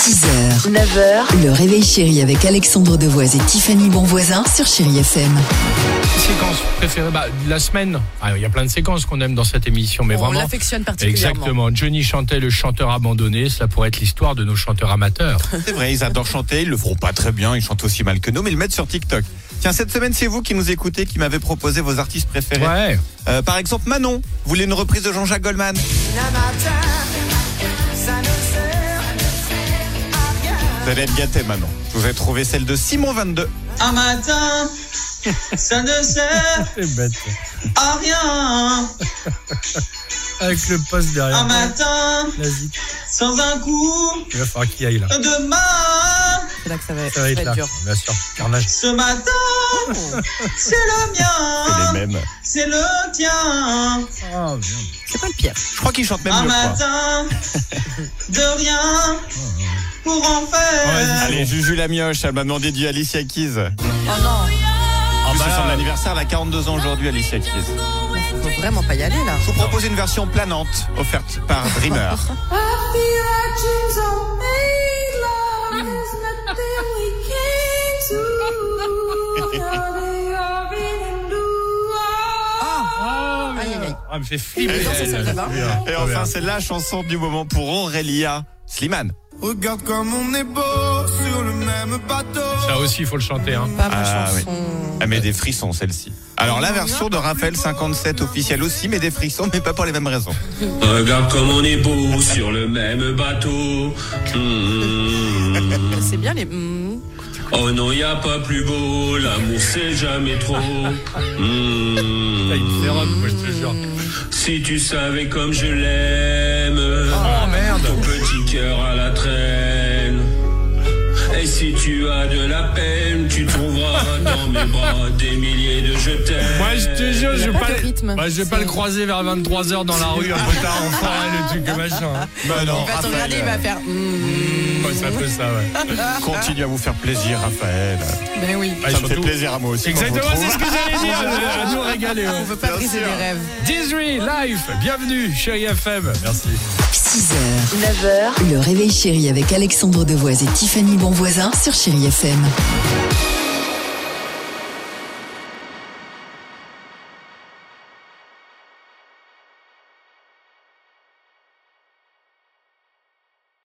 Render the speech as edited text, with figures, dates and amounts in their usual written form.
6h, 9h, le réveil chéri avec Alexandre Devoise et Tiffany Bonvoisin sur Chéri FM. Séquence préférée de la semaine. Il y a plein de séquences qu'on aime dans cette émission, mais vraiment. On l'affectionne particulièrement. Exactement. Johnny chantait le chanteur abandonné. Cela pourrait être l'histoire de nos chanteurs amateurs. C'est vrai, ils adorent chanter, ils le feront pas très bien, ils chantent aussi mal que nous, mais ils le mettent sur TikTok. Tiens, cette semaine, c'est vous qui nous écoutez, qui m'avez proposé vos artistes préférés. Ouais. Par exemple, Manon, vous voulez une reprise de Jean-Jacques Goldman? Vous allez être gâtés, Manon. Je vous ai trouvé celle de Simon 22. Un matin, ça ne sert C'est bête. à rien. Avec le poste derrière. Un matin, Vas-y. sans un coup Il va falloir qu'il aille là. de main. C'est là que ça va Ça va être là. dur. Bien sûr. Carnage. Ce matin, c'est le C'est mien, les mêmes. c'est le tien. Oh, merde. C'est pas le pire. Je crois qu'ils chantent même Un mieux, quoi. matin, de rien pour en faire. Allez, Juju la mioche, elle m'a demandé du Alicia Keys. Oh non, En plus, bah c'est son là, anniversaire, elle a 42 ans aujourd'hui, Alicia Keys. faut vraiment pas y aller là. Je vous propose une version planante, offerte par Dreamer. Aïe, aïe, aïe. Elle me fait flipper. Dans sa salle de bain. Et enfin, c'est la chanson du moment pour Aurélia Slimane. Regarde comme on est beau sur le même bateau. Ça aussi, il faut le chanter. Hein. Pas ma Ah, chanson. Elle met des frissons, celle-ci. Alors, la version de Raphaël 57 officielle aussi met des frissons, mais pas pour les mêmes raisons. Regarde comme on est beau sur le même bateau. C'est bien les. Oh non, y a pas plus beau, l'amour c'est jamais trop. Il me fait rock, moi je te jure. Si tu savais comme je l'aime. Oh merde. Ton petit cœur à la traîne. Et si tu as de la peine, tu trouveras dans mes bras des milliers de je t'aime. Moi je te jure, je vais pas pas, de rythme. je vais pas le croiser vers 23h dans la rue un peu tard en forêt, le truc machin. Hein. Bah non, Il va te regarder, il va faire. Ouais, c'est un peu ça, ouais. continue à vous faire plaisir, Raphaël. Ben oui. Ah, et Ça me fait surtout- plaisir à moi aussi. Exactement, quand je vous c'est ce trouve. que j'allais dire. À nous régaler. On veut pas briser des rêves. Disney Life, bienvenue, Chéri FM. Merci. 6h, 9h, le réveil chéri avec Alexandre Devoise et Tiffany Bonvoisin sur Chéri FM.